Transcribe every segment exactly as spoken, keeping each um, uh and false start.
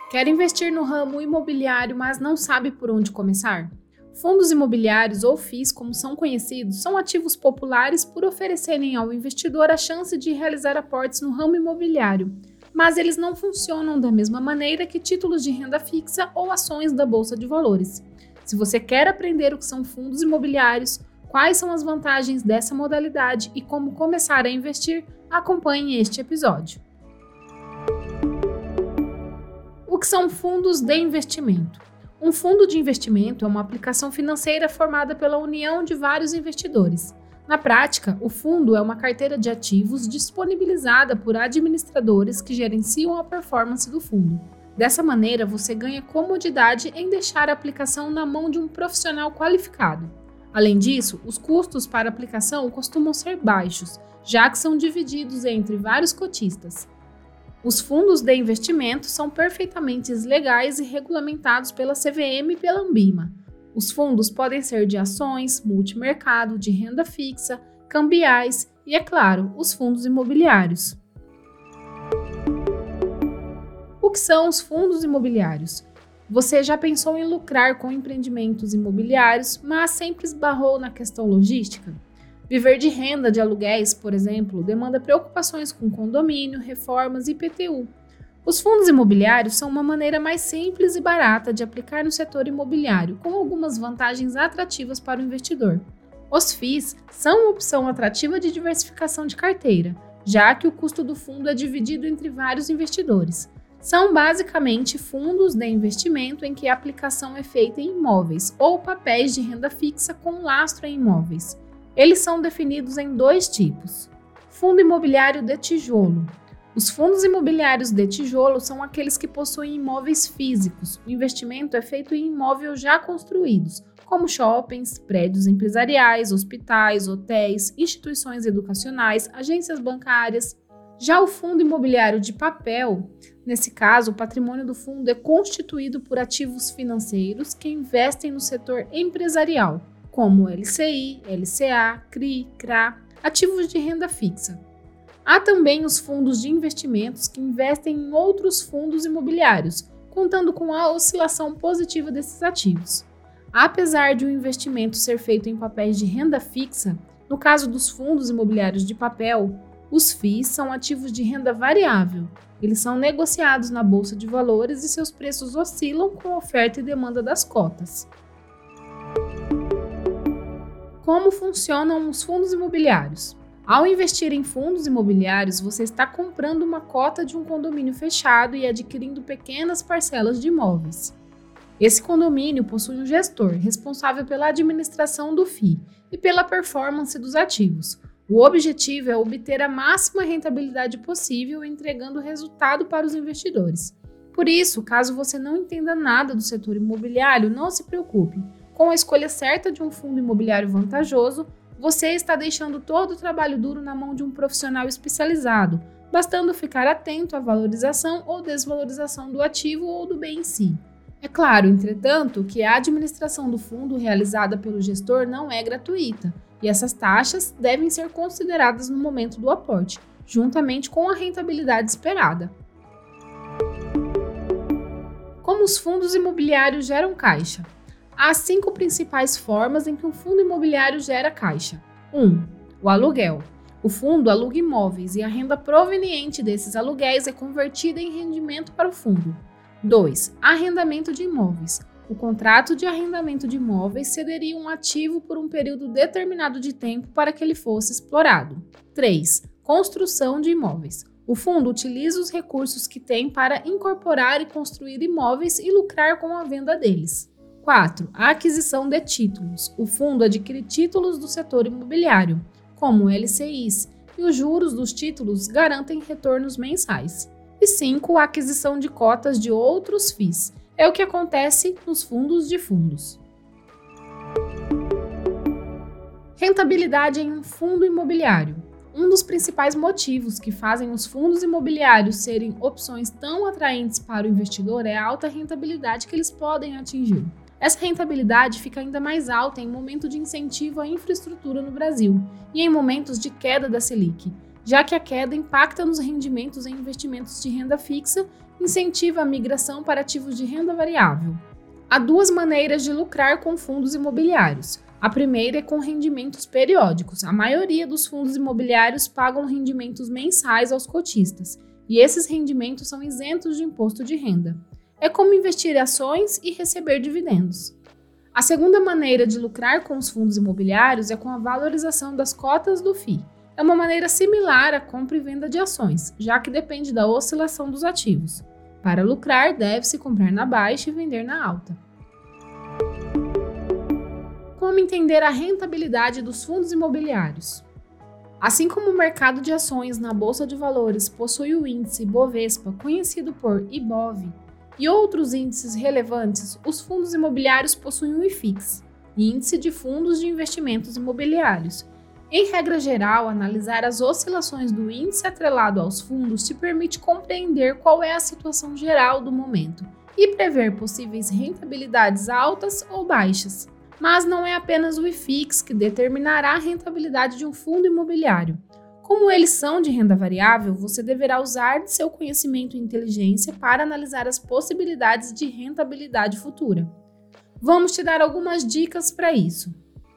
Quer investir no ramo imobiliário, mas não sabe por onde começar? Fundos imobiliários ou F I Is, como são conhecidos, são ativos populares por oferecerem ao investidor a chance de realizar aportes no ramo imobiliário, mas eles não funcionam da mesma maneira que títulos de renda fixa ou ações da Bolsa de Valores. Se você quer aprender o que são fundos imobiliários, quais são as vantagens dessa modalidade e como começar a investir, acompanhe este episódio. O que são fundos de investimento? Um fundo de investimento é uma aplicação financeira formada pela união de vários investidores. Na prática, o fundo é uma carteira de ativos disponibilizada por administradores que gerenciam a performance do fundo. Dessa maneira, você ganha comodidade em deixar a aplicação na mão de um profissional qualificado. Além disso, os custos para a aplicação costumam ser baixos, já que são divididos entre vários cotistas. Os fundos de investimento são perfeitamente legais e regulamentados pela C V M e pela Anbima. Os fundos podem ser de ações, multimercado, de renda fixa, cambiais e, é claro, os fundos imobiliários. O que são os fundos imobiliários? Você já pensou em lucrar com empreendimentos imobiliários, mas sempre esbarrou na questão logística? Viver de renda de aluguéis, por exemplo, demanda preocupações com condomínio, reformas e I P T U. Os fundos imobiliários são uma maneira mais simples e barata de aplicar no setor imobiliário, com algumas vantagens atrativas para o investidor. Os F I Is são uma opção atrativa de diversificação de carteira, já que o custo do fundo é dividido entre vários investidores. São basicamente fundos de investimento em que a aplicação é feita em imóveis ou papéis de renda fixa com lastro em imóveis. Eles são definidos em dois tipos. Fundo imobiliário de tijolo. Os fundos imobiliários de tijolo são aqueles que possuem imóveis físicos. O investimento é feito em imóveis já construídos, como shoppings, prédios empresariais, hospitais, hotéis, instituições educacionais, agências bancárias. Já o fundo imobiliário de papel, nesse caso, o patrimônio do fundo é constituído por ativos financeiros que investem no setor empresarial, como L C I, L C A, C R I, C R A, ativos de renda fixa. Há também os fundos de investimentos que investem em outros fundos imobiliários, contando com a oscilação positiva desses ativos. Apesar de o investimento ser feito em papéis de renda fixa, no caso dos fundos imobiliários de papel, os F I Is são ativos de renda variável. Eles são negociados na Bolsa de Valores e seus preços oscilam com a oferta e demanda das cotas. Como funcionam os fundos imobiliários? Ao investir em fundos imobiliários, você está comprando uma cota de um condomínio fechado e adquirindo pequenas parcelas de imóveis. Esse condomínio possui um gestor responsável pela administração do F I I e pela performance dos ativos. O objetivo é obter a máxima rentabilidade possível, entregando resultado para os investidores. Por isso, caso você não entenda nada do setor imobiliário, não se preocupe. Com a escolha certa de um fundo imobiliário vantajoso, você está deixando todo o trabalho duro na mão de um profissional especializado, bastando ficar atento à valorização ou desvalorização do ativo ou do bem em si. É claro, entretanto, que a administração do fundo realizada pelo gestor não é gratuita, e essas taxas devem ser consideradas no momento do aporte, juntamente com a rentabilidade esperada. Como os fundos imobiliários geram caixa? Há cinco principais formas em que um fundo imobiliário gera caixa. um. O aluguel. O fundo aluga imóveis e a renda proveniente desses aluguéis é convertida em rendimento para o fundo. dois. Arrendamento de imóveis. O contrato de arrendamento de imóveis cederia um ativo por um período determinado de tempo para que ele fosse explorado. três. Construção de imóveis. O fundo utiliza os recursos que tem para incorporar e construir imóveis e lucrar com a venda deles. quatro. A aquisição de títulos. O fundo adquire títulos do setor imobiliário, como L C Is, e os juros dos títulos garantem retornos mensais. E cinco. A aquisição de cotas de outros F I Is. É o que acontece nos fundos de fundos. Rentabilidade em um fundo imobiliário. Um dos principais motivos que fazem os fundos imobiliários serem opções tão atraentes para o investidor é a alta rentabilidade que eles podem atingir. Essa rentabilidade fica ainda mais alta em momento de incentivo à infraestrutura no Brasil e em momentos de queda da Selic, já que a queda impacta nos rendimentos em investimentos de renda fixa e incentiva a migração para ativos de renda variável. Há duas maneiras de lucrar com fundos imobiliários. A primeira é com rendimentos periódicos. A maioria dos fundos imobiliários pagam rendimentos mensais aos cotistas, e esses rendimentos são isentos de imposto de renda. É como investir em ações e receber dividendos. A segunda maneira de lucrar com os fundos imobiliários é com a valorização das cotas do F I. É uma maneira similar à compra e venda de ações, já que depende da oscilação dos ativos. Para lucrar, deve-se comprar na baixa e vender na alta. Como entender a rentabilidade dos fundos imobiliários? Assim como o mercado de ações na Bolsa de Valores possui o índice Bovespa, conhecido por I B O V, e outros índices relevantes, os fundos imobiliários possuem o I F I X, Índice de Fundos de Investimentos Imobiliários. Em regra geral, analisar as oscilações do índice atrelado aos fundos te permite compreender qual é a situação geral do momento e prever possíveis rentabilidades altas ou baixas. Mas não é apenas o I F I X que determinará a rentabilidade de um fundo imobiliário. Como eles são de renda variável, você deverá usar de seu conhecimento e inteligência para analisar as possibilidades de rentabilidade futura. Vamos te dar algumas dicas para isso.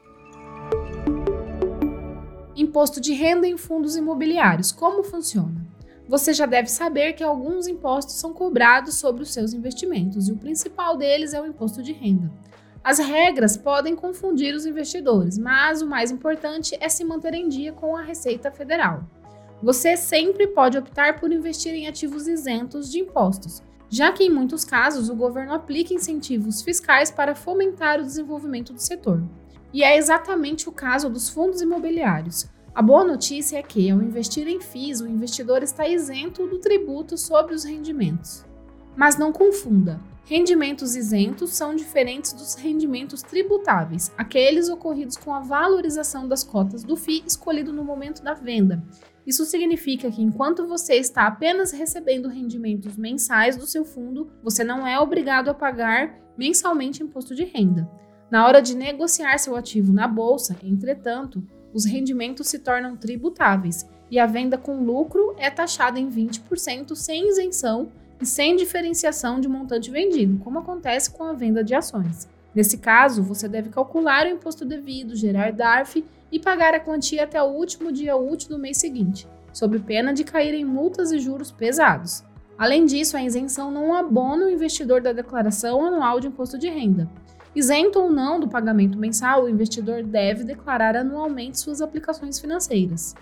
Imposto de renda em fundos imobiliários. Como funciona? Você já deve saber que alguns impostos são cobrados sobre os seus investimentos e o principal deles é o imposto de renda. As regras podem confundir os investidores, mas o mais importante é se manter em dia com a Receita Federal. Você sempre pode optar por investir em ativos isentos de impostos, já que em muitos casos o governo aplica incentivos fiscais para fomentar o desenvolvimento do setor. E é exatamente o caso dos fundos imobiliários. A boa notícia é que, ao investir em F I Is, o investidor está isento do tributo sobre os rendimentos. Mas não confunda, rendimentos isentos são diferentes dos rendimentos tributáveis, aqueles ocorridos com a valorização das cotas do F I escolhido no momento da venda. Isso significa que enquanto você está apenas recebendo rendimentos mensais do seu fundo, você não é obrigado a pagar mensalmente imposto de renda. Na hora de negociar seu ativo na bolsa, entretanto, os rendimentos se tornam tributáveis e a venda com lucro é taxada em vinte por cento sem isenção e sem diferenciação de montante vendido, como acontece com a venda de ações. Nesse caso, você deve calcular o imposto devido, gerar D A R F e pagar a quantia até o último dia útil do mês seguinte, sob pena de cair em multas e juros pesados. Além disso, a isenção não abona o investidor da declaração anual de imposto de renda. Isento ou não do pagamento mensal, o investidor deve declarar anualmente suas aplicações financeiras.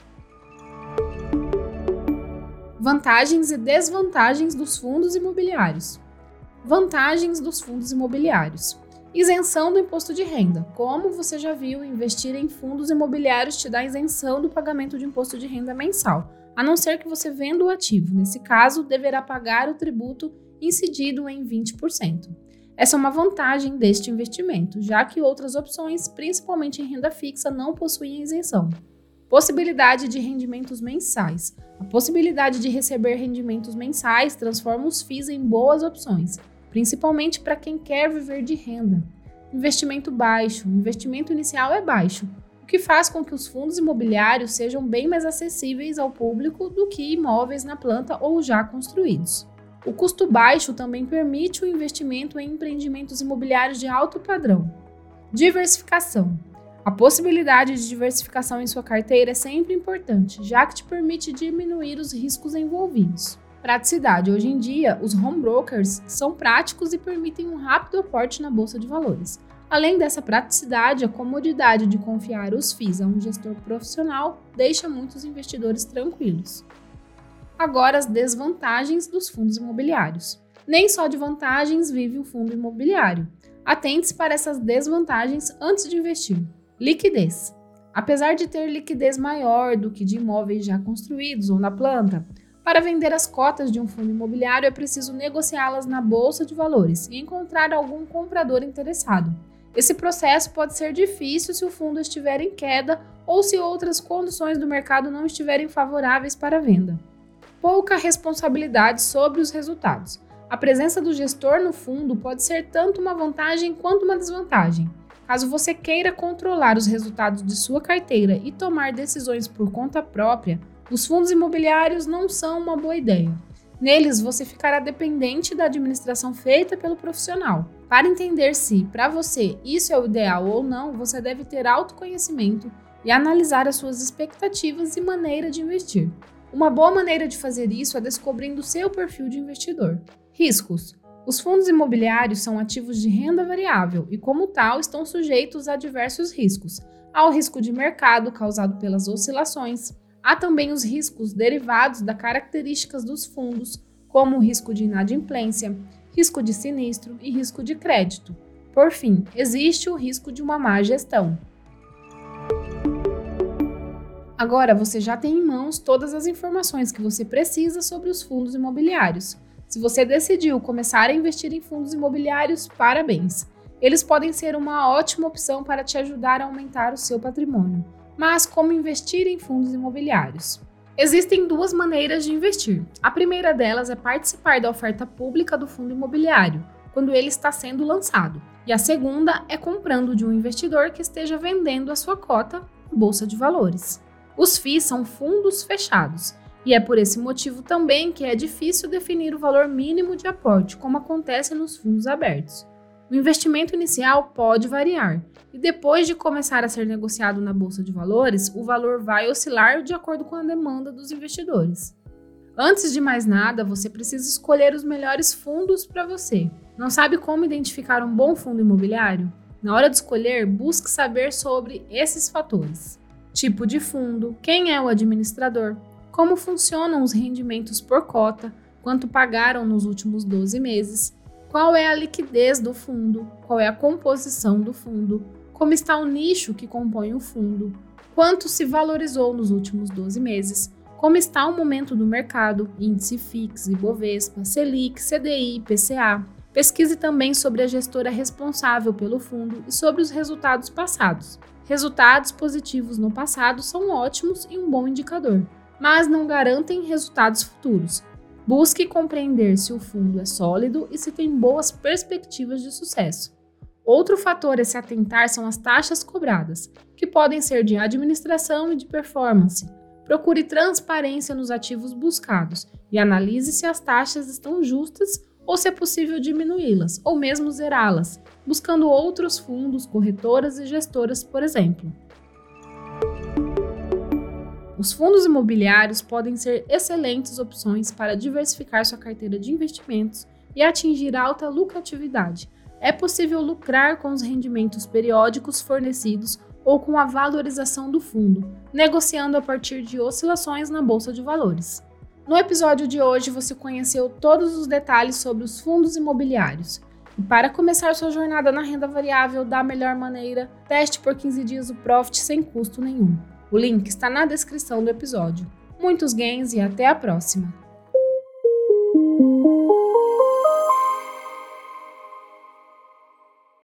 Vantagens e desvantagens dos fundos imobiliários. Vantagens dos fundos imobiliários. Isenção do imposto de renda. Como você já viu, investir em fundos imobiliários te dá isenção do pagamento de imposto de renda mensal, a não ser que você venda o ativo. Nesse caso, deverá pagar o tributo incidido em vinte por cento. Essa é uma vantagem deste investimento, já que outras opções, principalmente em renda fixa, não possuem isenção. Possibilidade de rendimentos mensais. A possibilidade de receber rendimentos mensais transforma os F I Is em boas opções, principalmente para quem quer viver de renda. Investimento baixo. O investimento inicial é baixo, o que faz com que os fundos imobiliários sejam bem mais acessíveis ao público do que imóveis na planta ou já construídos. O custo baixo também permite o investimento em empreendimentos imobiliários de alto padrão. Diversificação. A possibilidade de diversificação em sua carteira é sempre importante, já que te permite diminuir os riscos envolvidos. Praticidade. Hoje em dia, os home brokers são práticos e permitem um rápido aporte na bolsa de valores. Além dessa praticidade, a comodidade de confiar os F I Is a um gestor profissional deixa muitos investidores tranquilos. Agora, as desvantagens dos fundos imobiliários. Nem só de vantagens vive o fundo imobiliário. Atente-se para essas desvantagens antes de investir. Liquidez. Apesar de ter liquidez maior do que de imóveis já construídos ou na planta, para vender as cotas de um fundo imobiliário é preciso negociá-las na bolsa de valores e encontrar algum comprador interessado. Esse processo pode ser difícil se o fundo estiver em queda ou se outras condições do mercado não estiverem favoráveis para a venda. Pouca responsabilidade sobre os resultados. A presença do gestor no fundo pode ser tanto uma vantagem quanto uma desvantagem. Caso você queira controlar os resultados de sua carteira e tomar decisões por conta própria, Os fundos imobiliários não são uma boa ideia. Neles, você ficará dependente da administração feita pelo profissional. Para entender se, para você, isso é o ideal ou não, você deve ter autoconhecimento e analisar as suas expectativas e maneira de investir. Uma boa maneira de fazer isso é descobrindo o seu perfil de investidor. Riscos. Os fundos imobiliários são ativos de renda variável e, como tal, estão sujeitos a diversos riscos. Há o risco de mercado causado pelas oscilações. Há também os riscos derivados das características dos fundos, como o risco de inadimplência, risco de sinistro e risco de crédito. Por fim, existe o risco de uma má gestão. Agora você já tem em mãos todas as informações que você precisa sobre os fundos imobiliários. Se você decidiu começar a investir em fundos imobiliários, parabéns! Eles podem ser uma ótima opção para te ajudar a aumentar o seu patrimônio. Mas como investir em fundos imobiliários? Existem duas maneiras de investir. A primeira delas é participar da oferta pública do fundo imobiliário, quando ele está sendo lançado. E a segunda é comprando de um investidor que esteja vendendo a sua cota na Bolsa de Valores. Os F I Is são fundos fechados, e é por esse motivo também que é difícil definir o valor mínimo de aporte, como acontece nos fundos abertos. O investimento inicial pode variar, e depois de começar a ser negociado na Bolsa de Valores, o valor vai oscilar de acordo com a demanda dos investidores. Antes de mais nada, você precisa escolher os melhores fundos para você. Não sabe como identificar um bom fundo imobiliário? Na hora de escolher, busque saber sobre esses fatores: tipo de fundo, quem é o administrador, como funcionam os rendimentos por cota, quanto pagaram nos últimos doze meses, qual é a liquidez do fundo, qual é a composição do fundo, como está o nicho que compõe o fundo, quanto se valorizou nos últimos doze meses, como está o momento do mercado, índice F I X, Ibovespa, Selic, C D I, I P C A. Pesquise também sobre a gestora responsável pelo fundo e sobre os resultados passados. Resultados positivos no passado são ótimos e um bom indicador, mas não garantem resultados futuros. Busque compreender se o fundo é sólido e se tem boas perspectivas de sucesso. Outro fator a se atentar são as taxas cobradas, que podem ser de administração e de performance. Procure transparência nos ativos buscados e analise se as taxas estão justas ou se é possível diminuí-las ou mesmo zerá-las, buscando outros fundos, corretoras e gestoras, por exemplo. Os fundos imobiliários podem ser excelentes opções para diversificar sua carteira de investimentos e atingir alta lucratividade. É possível lucrar com os rendimentos periódicos fornecidos ou com a valorização do fundo, negociando a partir de oscilações na Bolsa de Valores. No episódio de hoje, você conheceu todos os detalhes sobre os fundos imobiliários. E para começar sua jornada na renda variável da melhor maneira, teste por quinze dias o Profit sem custo nenhum. O link está na descrição do episódio. Muitos gains e até a próxima!